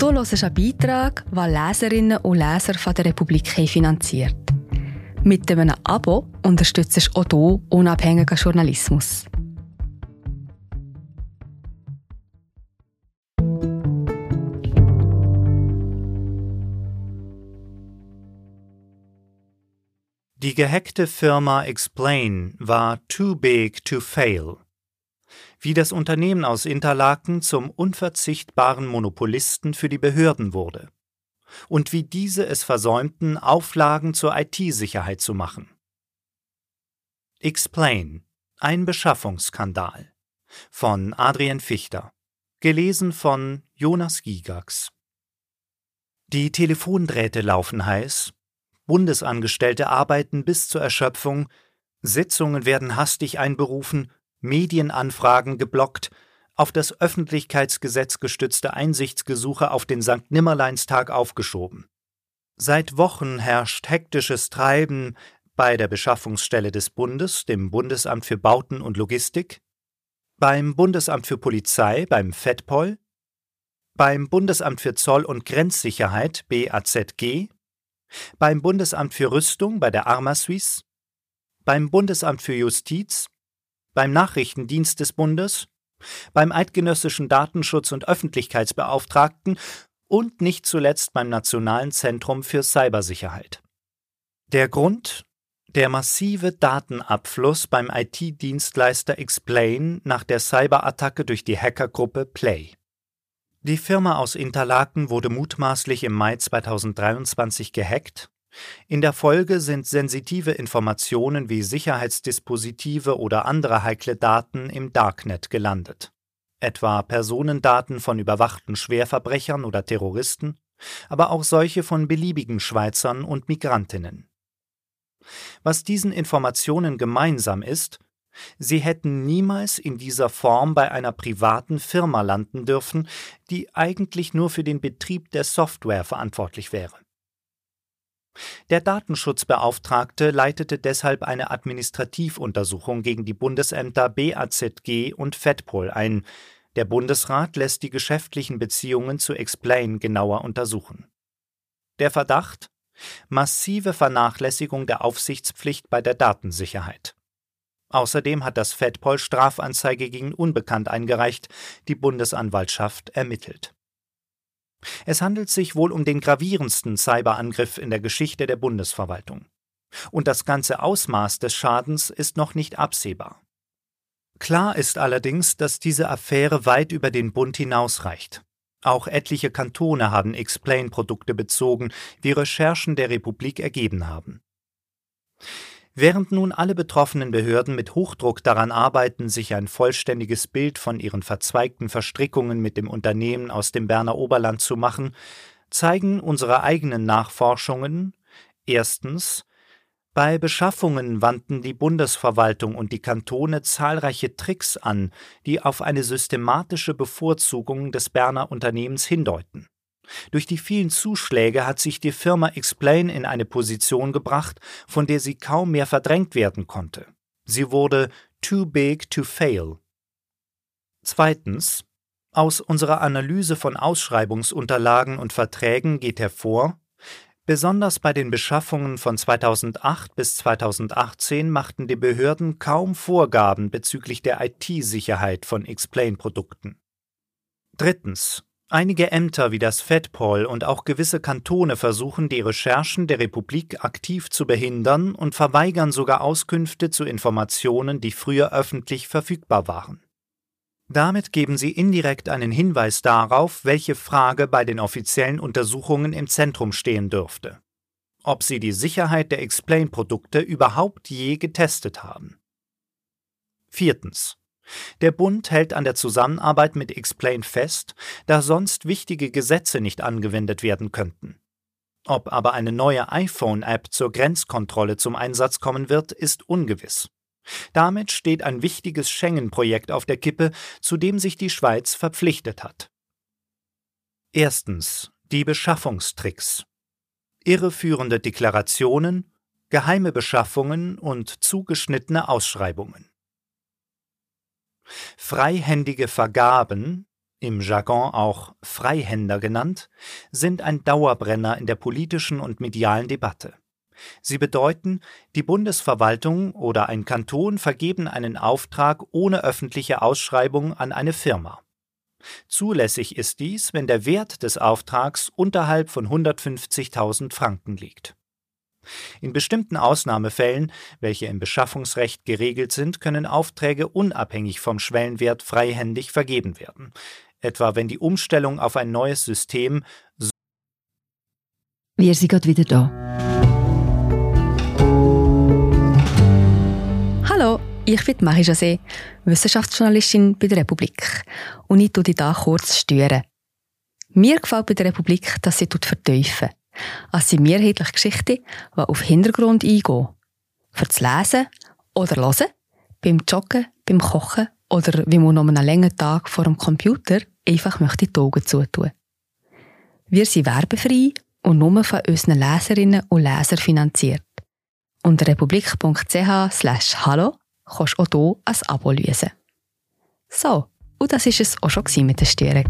Du hörst einen Beitrag, den Leserinnen und Leser von der Republik finanziert. Mit einem Abo unterstützt auch du unabhängigen Journalismus. Die gehackte Firma Explain war too big to fail. Wie das Unternehmen aus Interlaken zum unverzichtbaren Monopolisten für die Behörden wurde. Und wie diese es versäumten, Auflagen zur IT-Sicherheit zu machen. Explain. Ein Beschaffungsskandal. Von Adrian Fichter. Gelesen von Jonas Gigax. Die Telefondrähte laufen heiß. Bundesangestellte arbeiten bis zur Erschöpfung. Sitzungen werden hastig einberufen. Medienanfragen geblockt, auf das Öffentlichkeitsgesetz gestützte Einsichtsgesuche auf den Sankt-Nimmerleinstag aufgeschoben. Seit Wochen herrscht hektisches Treiben bei der Beschaffungsstelle des Bundes, dem Bundesamt für Bauten und Logistik, beim Bundesamt für Polizei, beim FedPol, beim Bundesamt für Zoll- und Grenzsicherheit, BAZG, beim Bundesamt für Rüstung, bei der Arma-Suisse, beim Bundesamt für Justiz, beim Nachrichtendienst des Bundes, beim Eidgenössischen Datenschutz- und Öffentlichkeitsbeauftragten und nicht zuletzt beim Nationalen Zentrum für Cybersicherheit. Der Grund? Der massive Datenabfluss beim IT-Dienstleister Explain nach der Cyberattacke durch die Hackergruppe Play. Die Firma aus Interlaken wurde mutmaßlich im Mai 2023 gehackt. In der Folge sind sensitive Informationen wie Sicherheitsdispositive oder andere heikle Daten im Darknet gelandet. Etwa Personendaten von überwachten Schwerverbrechern oder Terroristen, aber auch solche von beliebigen Schweizern und Migrantinnen. Was diesen Informationen gemeinsam ist, sie hätten niemals in dieser Form bei einer privaten Firma landen dürfen, die eigentlich nur für den Betrieb der Software verantwortlich wäre. Der Datenschutzbeauftragte leitete deshalb eine Administrativuntersuchung gegen die Bundesämter BAZG und FedPol ein. Der Bundesrat lässt die geschäftlichen Beziehungen zu Explain genauer untersuchen. Der Verdacht? Massive Vernachlässigung der Aufsichtspflicht bei der Datensicherheit. Außerdem hat das FedPol Strafanzeige gegen Unbekannt eingereicht, die Bundesanwaltschaft ermittelt. Es handelt sich wohl um den gravierendsten Cyberangriff in der Geschichte der Bundesverwaltung. Und das ganze Ausmaß des Schadens ist noch nicht absehbar. Klar ist allerdings, dass diese Affäre weit über den Bund hinausreicht. Auch etliche Kantone haben Explain-Produkte bezogen, wie Recherchen der Republik ergeben haben. Während nun alle betroffenen Behörden mit Hochdruck daran arbeiten, sich ein vollständiges Bild von ihren verzweigten Verstrickungen mit dem Unternehmen aus dem Berner Oberland zu machen, zeigen unsere eigenen Nachforschungen: Erstens: Bei Beschaffungen wandten die Bundesverwaltung und die Kantone zahlreiche Tricks an, die auf eine systematische Bevorzugung des Berner Unternehmens hindeuten. Durch die vielen Zuschläge hat sich die Firma Explain in eine Position gebracht, von der sie kaum mehr verdrängt werden konnte. Sie wurde too big to fail. Zweitens: Aus unserer Analyse von Ausschreibungsunterlagen und Verträgen geht hervor, besonders bei den Beschaffungen von 2008 bis 2018 machten die Behörden kaum Vorgaben bezüglich der IT-Sicherheit von Explain-Produkten. Drittens: Einige Ämter wie das FedPol und auch gewisse Kantone versuchen, die Recherchen der Republik aktiv zu behindern und verweigern sogar Auskünfte zu Informationen, die früher öffentlich verfügbar waren. Damit geben sie indirekt einen Hinweis darauf, welche Frage bei den offiziellen Untersuchungen im Zentrum stehen dürfte: Ob sie die Sicherheit der Explain-Produkte überhaupt je getestet haben. Viertens: Der Bund hält an der Zusammenarbeit mit Explain fest, da sonst wichtige Gesetze nicht angewendet werden könnten. Ob aber eine neue iPhone-App zur Grenzkontrolle zum Einsatz kommen wird, ist ungewiss. Damit steht ein wichtiges Schengen-Projekt auf der Kippe, zu dem sich die Schweiz verpflichtet hat. Erstens: Die Beschaffungstricks. Irreführende Deklarationen, geheime Beschaffungen und zugeschnittene Ausschreibungen. Freihändige Vergaben, im Jargon auch Freihänder genannt, sind ein Dauerbrenner in der politischen und medialen Debatte. Sie bedeuten, die Bundesverwaltung oder ein Kanton vergeben einen Auftrag ohne öffentliche Ausschreibung an eine Firma. Zulässig ist dies, wenn der Wert des Auftrags unterhalb von 150.000 Franken liegt. In bestimmten Ausnahmefällen, welche im Beschaffungsrecht geregelt sind, können Aufträge unabhängig vom Schwellenwert freihändig vergeben werden, etwa wenn die Umstellung auf ein neues System. Wir sind gerade wieder da. Hallo, ich bin Marie-José, Wissenschaftsjournalistin bei der Republik. Und ich tue dich hier kurz stören. Mir gefällt bei der Republik, dass sie vertiefen. Es sind mehrheitliche Geschichten, die auf Hintergrund eingehen. Fürs Lesen oder Hören, beim Joggen, beim Kochen oder wie man nach einem langen Tag vor dem Computer einfach möchte die Augen zutun. Wir sind werbefrei und nur von unseren Leserinnen und Lesern finanziert. Unter republik.ch/hallo kannst du auch hier ein Abo lösen. So, und das war es auch schon mit der Störung.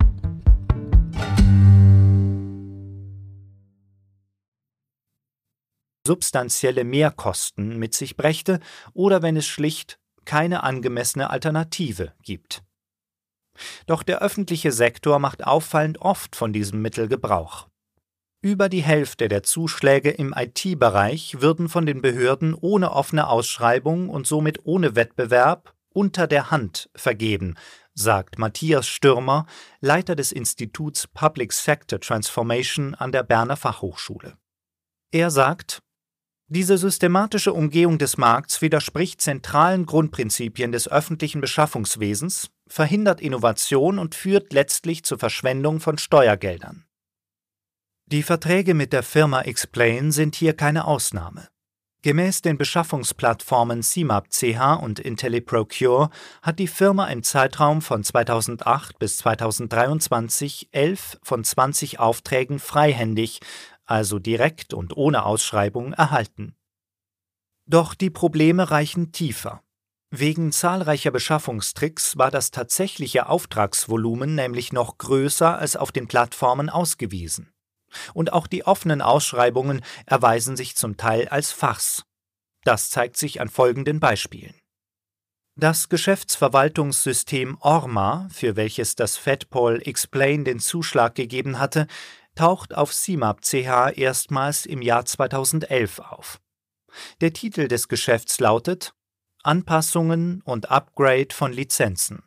Substanzielle Mehrkosten mit sich brächte oder wenn es schlicht keine angemessene Alternative gibt. Doch der öffentliche Sektor macht auffallend oft von diesem Mittel Gebrauch. Über die Hälfte der Zuschläge im IT-Bereich würden von den Behörden ohne offene Ausschreibung und somit ohne Wettbewerb unter der Hand vergeben, sagt Matthias Stürmer, Leiter des Instituts Public Sector Transformation an der Berner Fachhochschule. Er sagt: Diese systematische Umgehung des Markts widerspricht zentralen Grundprinzipien des öffentlichen Beschaffungswesens, verhindert Innovation und führt letztlich zur Verschwendung von Steuergeldern. Die Verträge mit der Firma Explain sind hier keine Ausnahme. Gemäß den Beschaffungsplattformen CIMAP-CH und IntelliProcure hat die Firma im Zeitraum von 2008 bis 2023 11 von 20 Aufträgen freihändig, also direkt und ohne Ausschreibung, erhalten. Doch die Probleme reichen tiefer. Wegen zahlreicher Beschaffungstricks war das tatsächliche Auftragsvolumen nämlich noch größer als auf den Plattformen ausgewiesen. Und auch die offenen Ausschreibungen erweisen sich zum Teil als Farce. Das zeigt sich an folgenden Beispielen. Das Geschäftsverwaltungssystem ORMA, für welches das FedPol Explain den Zuschlag gegeben hatte, taucht auf CIMAP-CH erstmals im Jahr 2011 auf. Der Titel des Geschäfts lautet Anpassungen und Upgrade von Lizenzen.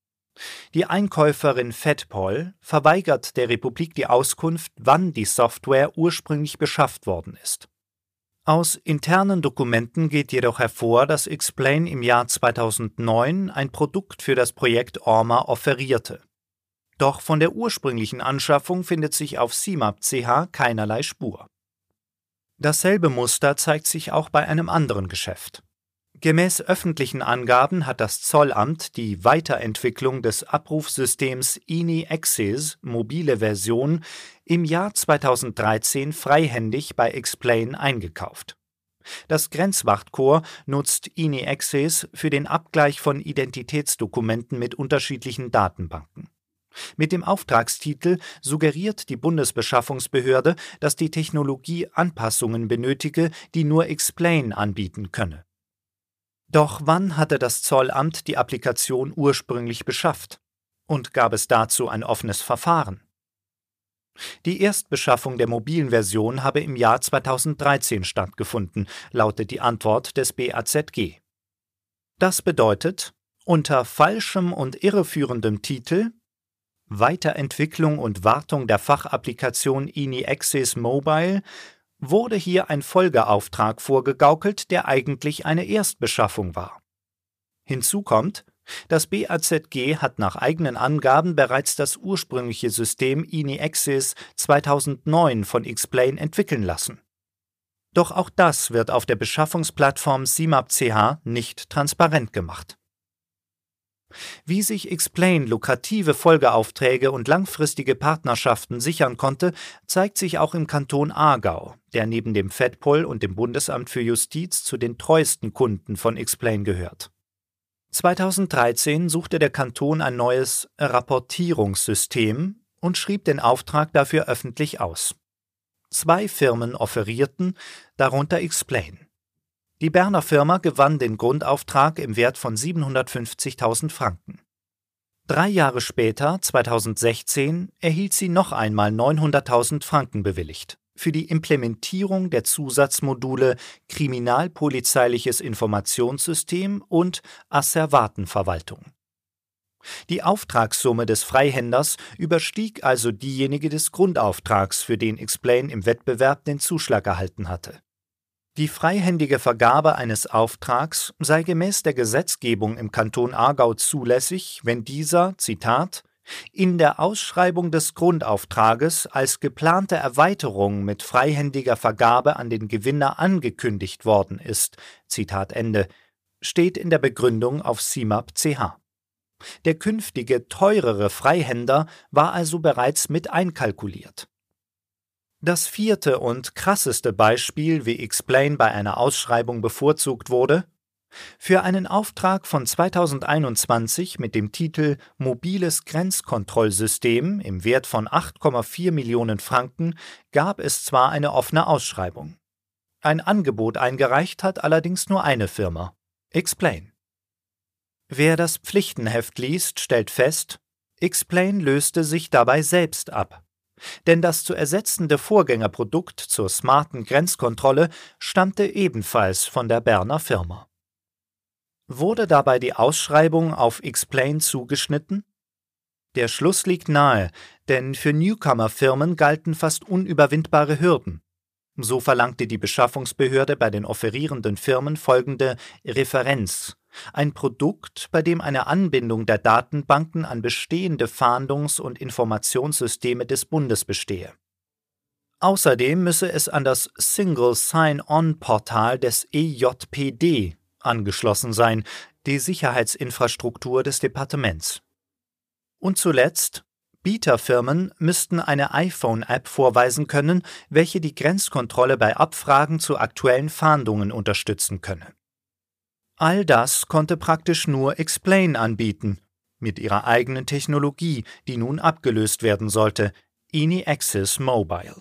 Die Einkäuferin FedPol verweigert der Republik die Auskunft, wann die Software ursprünglich beschafft worden ist. Aus internen Dokumenten geht jedoch hervor, dass Explain im Jahr 2009 ein Produkt für das Projekt ORMA offerierte. Doch von der ursprünglichen Anschaffung findet sich auf CIMAP-CH keinerlei Spur. Dasselbe Muster zeigt sich auch bei einem anderen Geschäft. Gemäß öffentlichen Angaben hat das Zollamt die Weiterentwicklung des Abrufsystems INI-Access mobile Version im Jahr 2013 freihändig bei Explain eingekauft. Das Grenzwachtkorps nutzt INI-Access für den Abgleich von Identitätsdokumenten mit unterschiedlichen Datenbanken. Mit dem Auftragstitel suggeriert die Bundesbeschaffungsbehörde, dass die Technologie Anpassungen benötige, die nur Explain anbieten könne. Doch wann hatte das Zollamt die Applikation ursprünglich beschafft? Und gab es dazu ein offenes Verfahren? Die Erstbeschaffung der mobilen Version habe im Jahr 2013 stattgefunden, lautet die Antwort des BAZG. Das bedeutet, unter falschem und irreführendem Titel Weiterentwicklung und Wartung der Fachapplikation INI-Access Mobile wurde hier ein Folgeauftrag vorgegaukelt, der eigentlich eine Erstbeschaffung war. Hinzu kommt, das BAZG hat nach eigenen Angaben bereits das ursprüngliche System INI-Access 2009 von Explain entwickeln lassen. Doch auch das wird auf der Beschaffungsplattform CIMAP-CH nicht transparent gemacht. Wie sich Explain lukrative Folgeaufträge und langfristige Partnerschaften sichern konnte, zeigt sich auch im Kanton Aargau, der neben dem FedPol und dem Bundesamt für Justiz zu den treuesten Kunden von Explain gehört. 2013 suchte der Kanton ein neues Rapportierungssystem und schrieb den Auftrag dafür öffentlich aus. 2 Firmen offerierten, darunter Explain. Die Berner Firma gewann den Grundauftrag im Wert von 750.000 Franken. 3 Jahre später, 2016, erhielt sie noch einmal 900.000 Franken bewilligt für die Implementierung der Zusatzmodule Kriminalpolizeiliches Informationssystem und Asservatenverwaltung. Die Auftragssumme des Freihänders überstieg also diejenige des Grundauftrags, für den Explain im Wettbewerb den Zuschlag erhalten hatte. Die freihändige Vergabe eines Auftrags sei gemäß der Gesetzgebung im Kanton Aargau zulässig, wenn dieser, Zitat, in der Ausschreibung des Grundauftrages als geplante Erweiterung mit freihändiger Vergabe an den Gewinner angekündigt worden ist, Zitat Ende, steht in der Begründung auf CIMAP-CH. Der künftige, teurere Freihänder war also bereits mit einkalkuliert. Das 4. und krasseste Beispiel, wie Explain bei einer Ausschreibung bevorzugt wurde: Für einen Auftrag von 2021 mit dem Titel Mobiles Grenzkontrollsystem im Wert von 8,4 Millionen Franken gab es zwar eine offene Ausschreibung. Ein Angebot eingereicht hat allerdings nur eine Firma: Explain. Wer das Pflichtenheft liest, stellt fest, Explain löste sich dabei selbst ab. Denn das zu ersetzende Vorgängerprodukt zur smarten Grenzkontrolle stammte ebenfalls von der Berner Firma. Wurde dabei die Ausschreibung auf Explain zugeschnitten? Der Schluss liegt nahe, denn für Newcomer-Firmen galten fast unüberwindbare Hürden. So verlangte die Beschaffungsbehörde bei den offerierenden Firmen folgende Referenz: ein Produkt, bei dem eine Anbindung der Datenbanken an bestehende Fahndungs- und Informationssysteme des Bundes bestehe. Außerdem müsse es an das Single Sign-On-Portal des EJPD angeschlossen sein, die Sicherheitsinfrastruktur des Departements. Und zuletzt: Bieterfirmen müssten eine iPhone-App vorweisen können, welche die Grenzkontrolle bei Abfragen zu aktuellen Fahndungen unterstützen könne. All das konnte praktisch nur Explain anbieten, mit ihrer eigenen Technologie, die nun abgelöst werden sollte, INI-Access Mobile.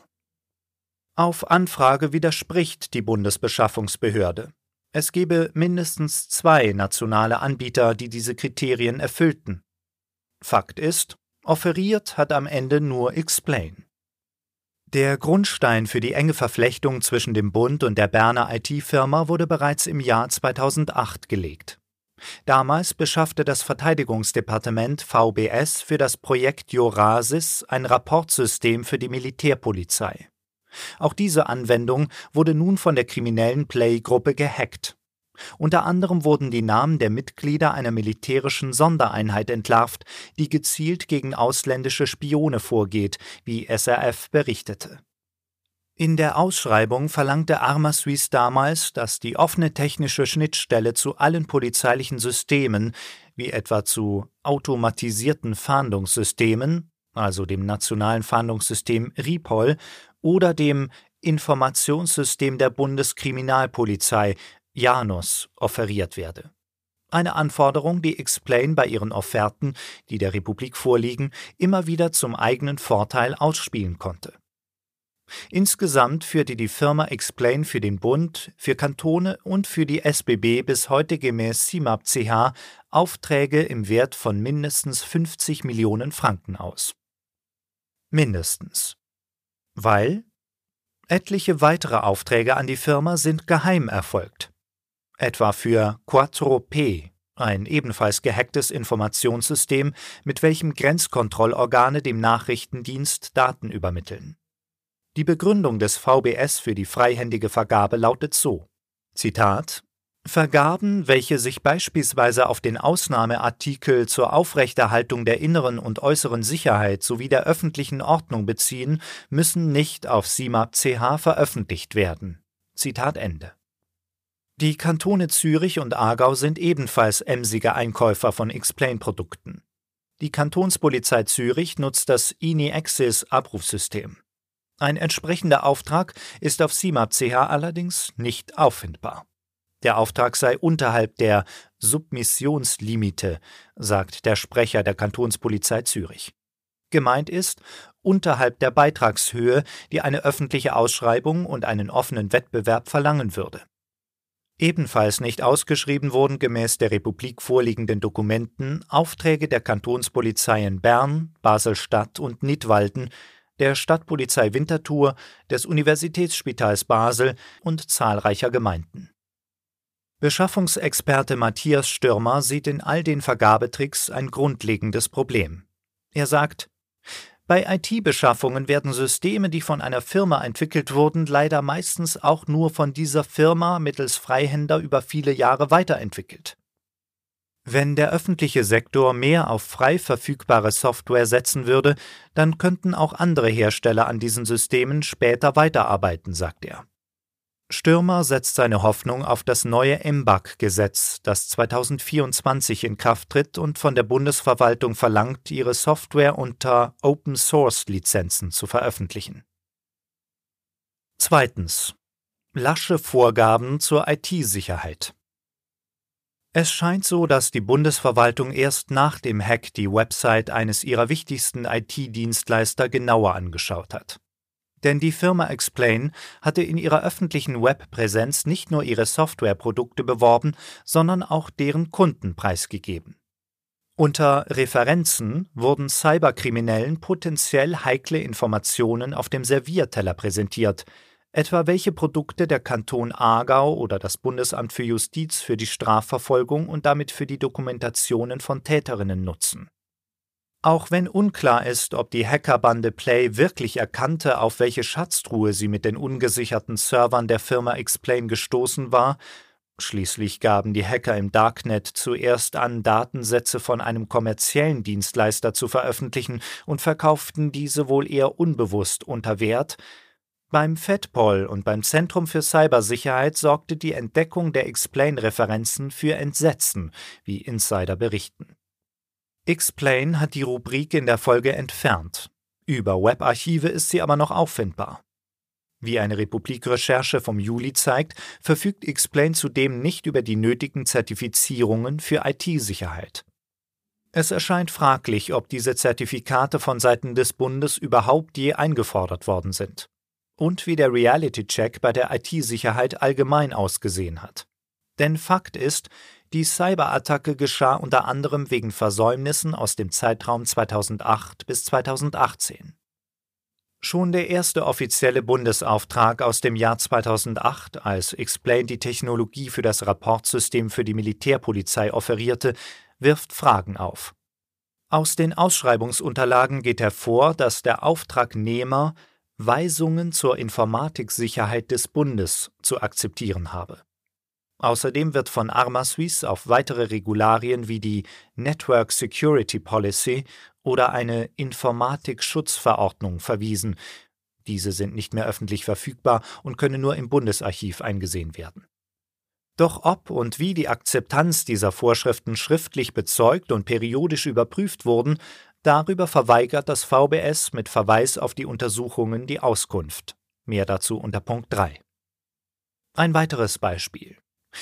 Auf Anfrage widerspricht die Bundesbeschaffungsbehörde. Es gebe mindestens 2 nationale Anbieter, die diese Kriterien erfüllten. Fakt ist, offeriert hat am Ende nur Explain. Der Grundstein für die enge Verflechtung zwischen dem Bund und der Berner IT-Firma wurde bereits im Jahr 2008 gelegt. Damals beschaffte das Verteidigungsdepartement VBS für das Projekt Eurasis ein Rapportsystem für die Militärpolizei. Auch diese Anwendung wurde nun von der kriminellen Play-Gruppe gehackt. Unter anderem wurden die Namen der Mitglieder einer militärischen Sondereinheit entlarvt, die gezielt gegen ausländische Spione vorgeht, wie SRF berichtete. In der Ausschreibung verlangte Arma-Suisse damals, dass die offene technische Schnittstelle zu allen polizeilichen Systemen, wie etwa zu automatisierten Fahndungssystemen, also dem nationalen Fahndungssystem RIPOL, oder dem Informationssystem der Bundeskriminalpolizei JANUS, offeriert werde. Eine Anforderung, die Explain bei ihren Offerten, die der Republik vorliegen, immer wieder zum eigenen Vorteil ausspielen konnte. Insgesamt führte die Firma Explain für den Bund, für Kantone und für die SBB bis heute gemäß CIMAP-CH Aufträge im Wert von mindestens 50 Millionen Franken aus. Mindestens. Weil etliche weitere Aufträge an die Firma sind geheim erfolgt. Etwa für 4P, ein ebenfalls gehacktes Informationssystem, mit welchem Grenzkontrollorgane dem Nachrichtendienst Daten übermitteln. Die Begründung des VBS für die freihändige Vergabe lautet so: Zitat: Vergaben, welche sich beispielsweise auf den Ausnahmeartikel zur Aufrechterhaltung der inneren und äußeren Sicherheit sowie der öffentlichen Ordnung beziehen, müssen nicht auf CIMAP-CH veröffentlicht werden. Zitat Ende. Die Kantone Zürich und Aargau sind ebenfalls emsige Einkäufer von Explain-Produkten. Die Kantonspolizei Zürich nutzt das INI-Access-Abrufsystem. Ein entsprechender Auftrag ist auf CIMAP-CH allerdings nicht auffindbar. Der Auftrag sei unterhalb der Submissionslimite, sagt der Sprecher der Kantonspolizei Zürich. Gemeint ist unterhalb der Beitragshöhe, die eine öffentliche Ausschreibung und einen offenen Wettbewerb verlangen würde. Ebenfalls nicht ausgeschrieben wurden gemäß der Republik vorliegenden Dokumenten Aufträge der Kantonspolizeien Bern, Basel-Stadt und Nidwalden, der Stadtpolizei Winterthur, des Universitätsspitals Basel und zahlreicher Gemeinden. Beschaffungsexperte Matthias Stürmer sieht in all den Vergabetricks ein grundlegendes Problem. Er sagt: Bei IT-Beschaffungen werden Systeme, die von einer Firma entwickelt wurden, leider meistens auch nur von dieser Firma mittels Freihänder über viele Jahre weiterentwickelt. Wenn der öffentliche Sektor mehr auf frei verfügbare Software setzen würde, dann könnten auch andere Hersteller an diesen Systemen später weiterarbeiten, sagt er. Stürmer setzt seine Hoffnung auf das neue MBAG-Gesetz, das 2024 in Kraft tritt und von der Bundesverwaltung verlangt, ihre Software unter Open-Source-Lizenzen zu veröffentlichen. Zweitens. Lasche Vorgaben zur IT-Sicherheit. Es scheint so, dass die Bundesverwaltung erst nach dem Hack die Website eines ihrer wichtigsten IT-Dienstleister genauer angeschaut hat. Denn die Firma Explain hatte in ihrer öffentlichen Webpräsenz nicht nur ihre Softwareprodukte beworben, sondern auch deren Kunden preisgegeben. Unter Referenzen wurden Cyberkriminellen potenziell heikle Informationen auf dem Servierteller präsentiert, etwa welche Produkte der Kanton Aargau oder das Bundesamt für Justiz für die Strafverfolgung und damit für die Dokumentationen von Täterinnen nutzen. Auch wenn unklar ist, ob die Hackerbande Play wirklich erkannte, auf welche Schatztruhe sie mit den ungesicherten Servern der Firma Explain gestoßen war, schließlich gaben die Hacker im Darknet zuerst an, Datensätze von einem kommerziellen Dienstleister zu veröffentlichen und verkauften diese wohl eher unbewusst unter Wert. Beim FedPol und beim Zentrum für Cybersicherheit sorgte die Entdeckung der Explain-Referenzen für Entsetzen, wie Insider berichten. Explain hat die Rubrik in der Folge entfernt. Über Webarchive ist sie aber noch auffindbar. Wie eine Republik-Recherche vom Juli zeigt, verfügt Explain zudem nicht über die nötigen Zertifizierungen für IT-Sicherheit. Es erscheint fraglich, ob diese Zertifikate von Seiten des Bundes überhaupt je eingefordert worden sind. Und wie der Reality-Check bei der IT-Sicherheit allgemein ausgesehen hat. Denn Fakt ist, die Cyberattacke geschah unter anderem wegen Versäumnissen aus dem Zeitraum 2008 bis 2018. Schon der erste offizielle Bundesauftrag aus dem Jahr 2008, als Explain die Technologie für das Rapportsystem für die Militärpolizei offerierte, wirft Fragen auf. Aus den Ausschreibungsunterlagen geht hervor, dass der Auftragnehmer Weisungen zur Informatiksicherheit des Bundes zu akzeptieren habe. Außerdem wird von Arma-Suisse auf weitere Regularien wie die Network Security Policy oder eine Informatik-Schutzverordnung verwiesen. Diese sind nicht mehr öffentlich verfügbar und können nur im Bundesarchiv eingesehen werden. Doch ob und wie die Akzeptanz dieser Vorschriften schriftlich bezeugt und periodisch überprüft wurden, darüber verweigert das VBS mit Verweis auf die Untersuchungen die Auskunft. Mehr dazu unter Punkt 3. Ein weiteres Beispiel.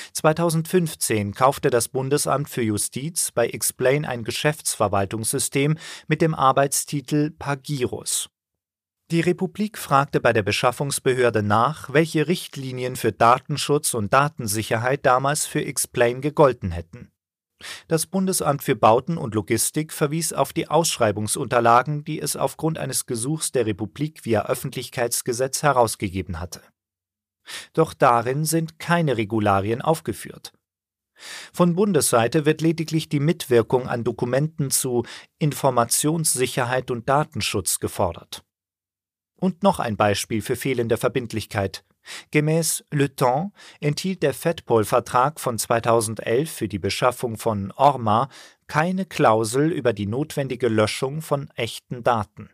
2015 kaufte das Bundesamt für Justiz bei Explain ein Geschäftsverwaltungssystem mit dem Arbeitstitel Pagirus. Die Republik fragte bei der Beschaffungsbehörde nach, welche Richtlinien für Datenschutz und Datensicherheit damals für Explain gegolten hätten. Das Bundesamt für Bauten und Logistik verwies auf die Ausschreibungsunterlagen, die es aufgrund eines Gesuchs der Republik via Öffentlichkeitsgesetz herausgegeben hatte. Doch darin sind keine Regularien aufgeführt. Von Bundesseite wird lediglich die Mitwirkung an Dokumenten zu Informationssicherheit und Datenschutz gefordert. Und noch ein Beispiel für fehlende Verbindlichkeit. Gemäß Le Temps enthielt der FedPol-Vertrag von 2011 für die Beschaffung von Orma keine Klausel über die notwendige Löschung von echten Daten.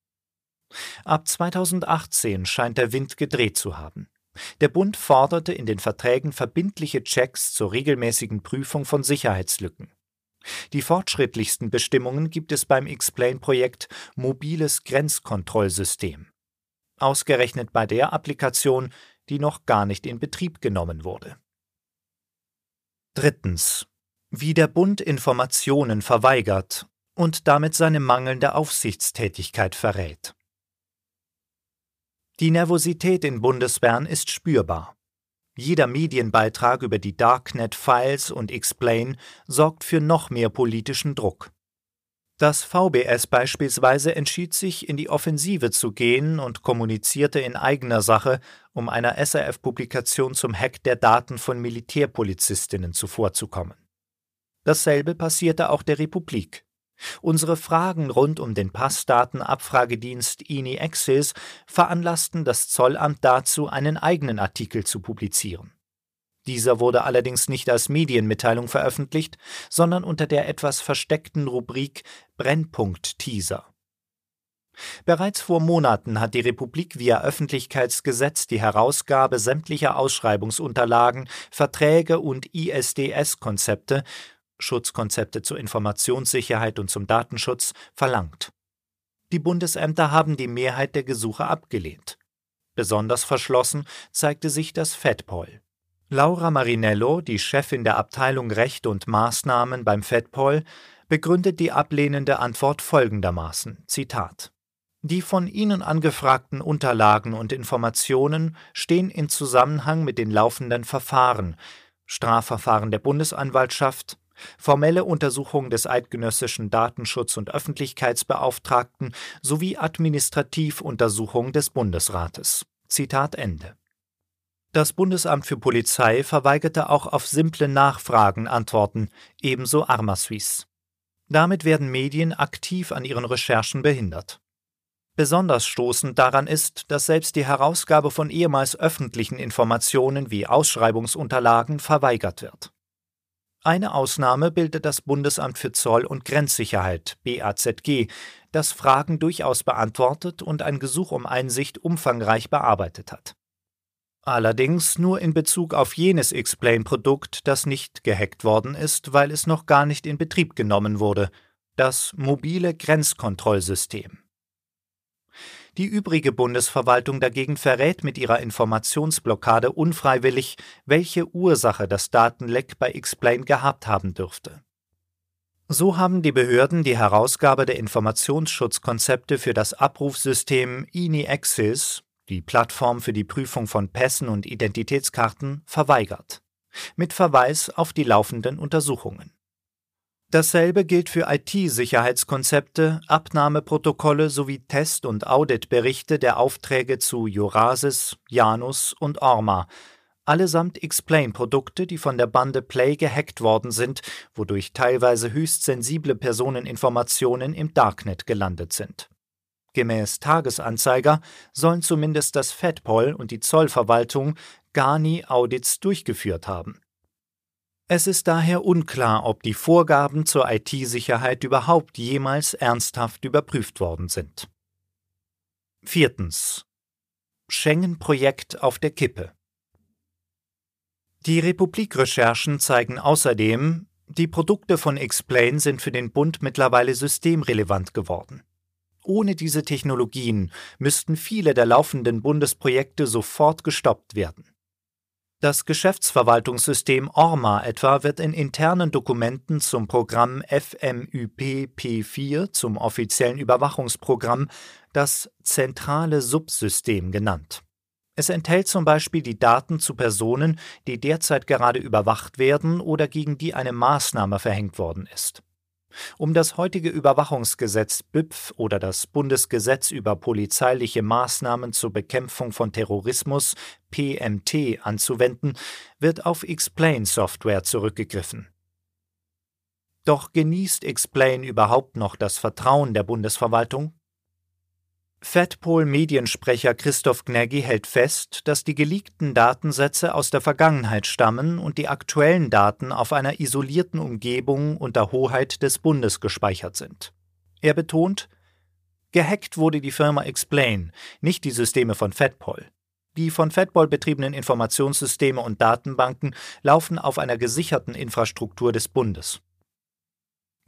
Ab 2018 scheint der Wind gedreht zu haben. Der Bund forderte in den Verträgen verbindliche Checks zur regelmäßigen Prüfung von Sicherheitslücken. Die fortschrittlichsten Bestimmungen gibt es beim Explain-Projekt Mobiles Grenzkontrollsystem. Ausgerechnet bei der Applikation, die noch gar nicht in Betrieb genommen wurde. Drittens. Wie der Bund Informationen verweigert und damit seine mangelnde Aufsichtstätigkeit verrät. Die Nervosität in Bundesbern ist spürbar. Jeder Medienbeitrag über die Darknet-Files und Explain sorgt für noch mehr politischen Druck. Das VBS beispielsweise entschied sich, in die Offensive zu gehen und kommunizierte in eigener Sache, um einer SRF-Publikation zum Hack der Daten von Militärpolizistinnen zuvorzukommen. Dasselbe passierte auch der Republik. Unsere Fragen rund um den Passdatenabfragedienst INI-Access veranlassten das Zollamt dazu, einen eigenen Artikel zu publizieren. Dieser wurde allerdings nicht als Medienmitteilung veröffentlicht, sondern unter der etwas versteckten Rubrik Brennpunkt-Teaser. Bereits vor Monaten hat die Republik via Öffentlichkeitsgesetz die Herausgabe sämtlicher Ausschreibungsunterlagen, Verträge und ISDS-Konzepte, Schutzkonzepte zur Informationssicherheit und zum Datenschutz, verlangt. Die Bundesämter haben die Mehrheit der Gesuche abgelehnt. Besonders verschlossen zeigte sich das FedPol. Laura Marinello, die Chefin der Abteilung Recht und Maßnahmen beim FedPol, begründet die ablehnende Antwort folgendermaßen, Zitat: Die von Ihnen angefragten Unterlagen und Informationen stehen in Zusammenhang mit den laufenden Verfahren, Strafverfahren der Bundesanwaltschaft, formelle Untersuchung des eidgenössischen Datenschutz- und Öffentlichkeitsbeauftragten sowie Administrativuntersuchung des Bundesrates. Zitat Ende. Das Bundesamt für Polizei verweigerte auch auf simple Nachfragen Antworten, ebenso Armasuisse. Damit werden Medien aktiv an ihren Recherchen behindert. Besonders stoßend daran ist, dass selbst die Herausgabe von ehemals öffentlichen Informationen wie Ausschreibungsunterlagen verweigert wird. Eine Ausnahme bildet das Bundesamt für Zoll- und Grenzsicherheit, BAZG, das Fragen durchaus beantwortet und ein Gesuch um Einsicht umfangreich bearbeitet hat. Allerdings nur in Bezug auf jenes Explain-Produkt, das nicht gehackt worden ist, weil es noch gar nicht in Betrieb genommen wurde, das mobile Grenzkontrollsystem. Die übrige Bundesverwaltung dagegen verrät mit ihrer Informationsblockade unfreiwillig, welche Ursache das Datenleck bei Explain gehabt haben dürfte. So haben die Behörden die Herausgabe der Informationsschutzkonzepte für das Abrufsystem INI-Access, die Plattform für die Prüfung von Pässen und Identitätskarten, verweigert, mit Verweis auf die laufenden Untersuchungen. Dasselbe gilt für IT-Sicherheitskonzepte, Abnahmeprotokolle sowie Test- und Auditberichte der Aufträge zu Eurasis, Janus und Orma, allesamt Explain-Produkte, die von der Bande Play gehackt worden sind, wodurch teilweise höchst sensible Personeninformationen im Darknet gelandet sind. Gemäß Tagesanzeiger sollen zumindest das FedPol und die Zollverwaltung gar nie Audits durchgeführt haben. Es ist daher unklar, ob die Vorgaben zur IT-Sicherheit überhaupt jemals ernsthaft überprüft worden sind. Viertens. Schengen-Projekt auf der Kippe. Die Republik-Recherchen zeigen außerdem, die Produkte von Explain sind für den Bund mittlerweile systemrelevant geworden. Ohne diese Technologien müssten viele der laufenden Bundesprojekte sofort gestoppt werden. Das Geschäftsverwaltungssystem ORMA etwa wird in internen Dokumenten zum Programm FMÜP-P4, zum offiziellen Überwachungsprogramm, das zentrale Subsystem genannt. Es enthält zum Beispiel die Daten zu Personen, die derzeit gerade überwacht werden oder gegen die eine Maßnahme verhängt worden ist. Um das heutige Überwachungsgesetz BÜPF oder das Bundesgesetz über polizeiliche Maßnahmen zur Bekämpfung von Terrorismus PMT anzuwenden, wird auf Explain-Software zurückgegriffen. Doch genießt Explain überhaupt noch das Vertrauen der Bundesverwaltung? FedPol-Mediensprecher Christoph Gneggi hält fest, dass die geleakten Datensätze aus der Vergangenheit stammen und die aktuellen Daten auf einer isolierten Umgebung unter Hoheit des Bundes gespeichert sind. Er betont, gehackt wurde die Firma Explain, nicht die Systeme von FedPol. Die von FedPol betriebenen Informationssysteme und Datenbanken laufen auf einer gesicherten Infrastruktur des Bundes.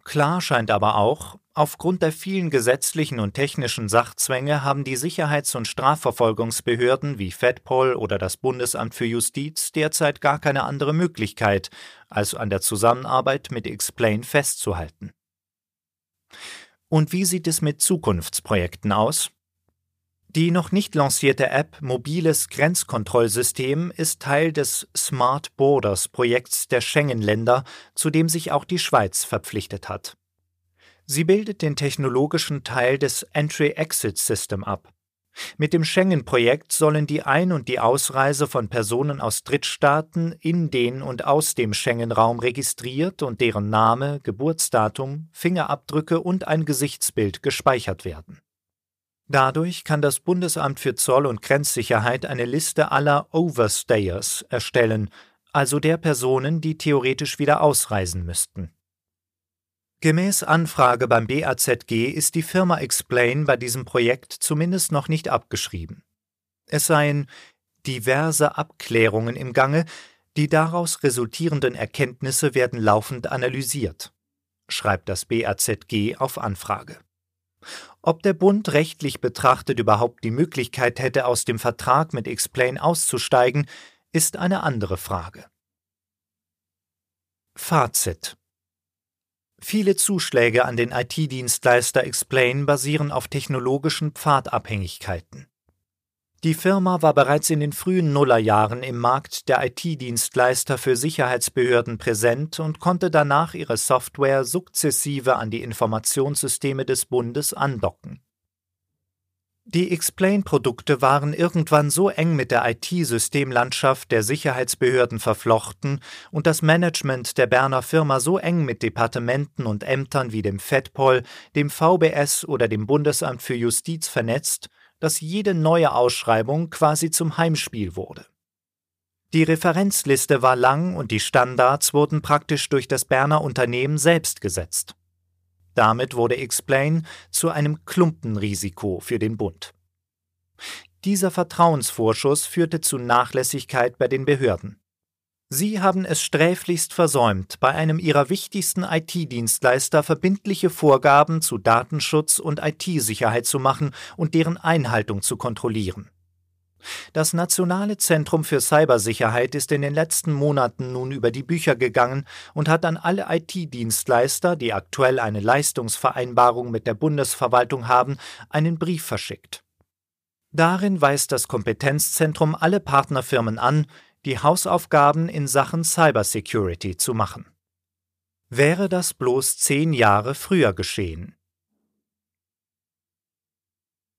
Klar scheint aber auch, aufgrund der vielen gesetzlichen und technischen Sachzwänge haben die Sicherheits- und Strafverfolgungsbehörden wie FEDPOL oder das Bundesamt für Justiz derzeit gar keine andere Möglichkeit, als an der Zusammenarbeit mit Explain festzuhalten. Und wie sieht es mit Zukunftsprojekten aus? Die noch nicht lancierte App Mobiles Grenzkontrollsystem ist Teil des Smart Borders Projekts der Schengen-Länder, zu dem sich auch die Schweiz verpflichtet hat. Sie bildet den technologischen Teil des Entry-Exit System ab. Mit dem Schengen-Projekt sollen die Ein- und die Ausreise von Personen aus Drittstaaten in den und aus dem Schengen-Raum registriert und deren Name, Geburtsdatum, Fingerabdrücke und ein Gesichtsbild gespeichert werden. Dadurch kann das Bundesamt für Zoll- und Grenzsicherheit eine Liste aller Overstayers erstellen, also der Personen, die theoretisch wieder ausreisen müssten. Gemäß Anfrage beim BAZG ist die Firma Explain bei diesem Projekt zumindest noch nicht abgeschrieben. Es seien diverse Abklärungen im Gange, die daraus resultierenden Erkenntnisse werden laufend analysiert, schreibt das BAZG auf Anfrage. Ob der Bund rechtlich betrachtet überhaupt die Möglichkeit hätte, aus dem Vertrag mit Explain auszusteigen, ist eine andere Frage. Fazit: Viele Zuschläge an den IT-Dienstleister Explain basieren auf technologischen Pfadabhängigkeiten. Die Firma war bereits in den frühen Nullerjahren im Markt der IT-Dienstleister für Sicherheitsbehörden präsent und konnte danach ihre Software sukzessive an die Informationssysteme des Bundes andocken. Die Explain-Produkte waren irgendwann so eng mit der IT-Systemlandschaft der Sicherheitsbehörden verflochten und das Management der Berner Firma so eng mit Departementen und Ämtern wie dem FEDPOL, dem VBS oder dem Bundesamt für Justiz vernetzt, dass jede neue Ausschreibung quasi zum Heimspiel wurde. Die Referenzliste war lang und die Standards wurden praktisch durch das Berner Unternehmen selbst gesetzt. Damit wurde Explain zu einem Klumpenrisiko für den Bund. Dieser Vertrauensvorschuss führte zu Nachlässigkeit bei den Behörden. Sie haben es sträflichst versäumt, bei einem ihrer wichtigsten IT-Dienstleister verbindliche Vorgaben zu Datenschutz und IT-Sicherheit zu machen und deren Einhaltung zu kontrollieren. Das Nationale Zentrum für Cybersicherheit ist in den letzten Monaten nun über die Bücher gegangen und hat an alle IT-Dienstleister, die aktuell eine Leistungsvereinbarung mit der Bundesverwaltung haben, einen Brief verschickt. Darin weist das Kompetenzzentrum alle Partnerfirmen an, die Hausaufgaben in Sachen Cybersecurity zu machen. Wäre das bloß 10 Jahre früher geschehen,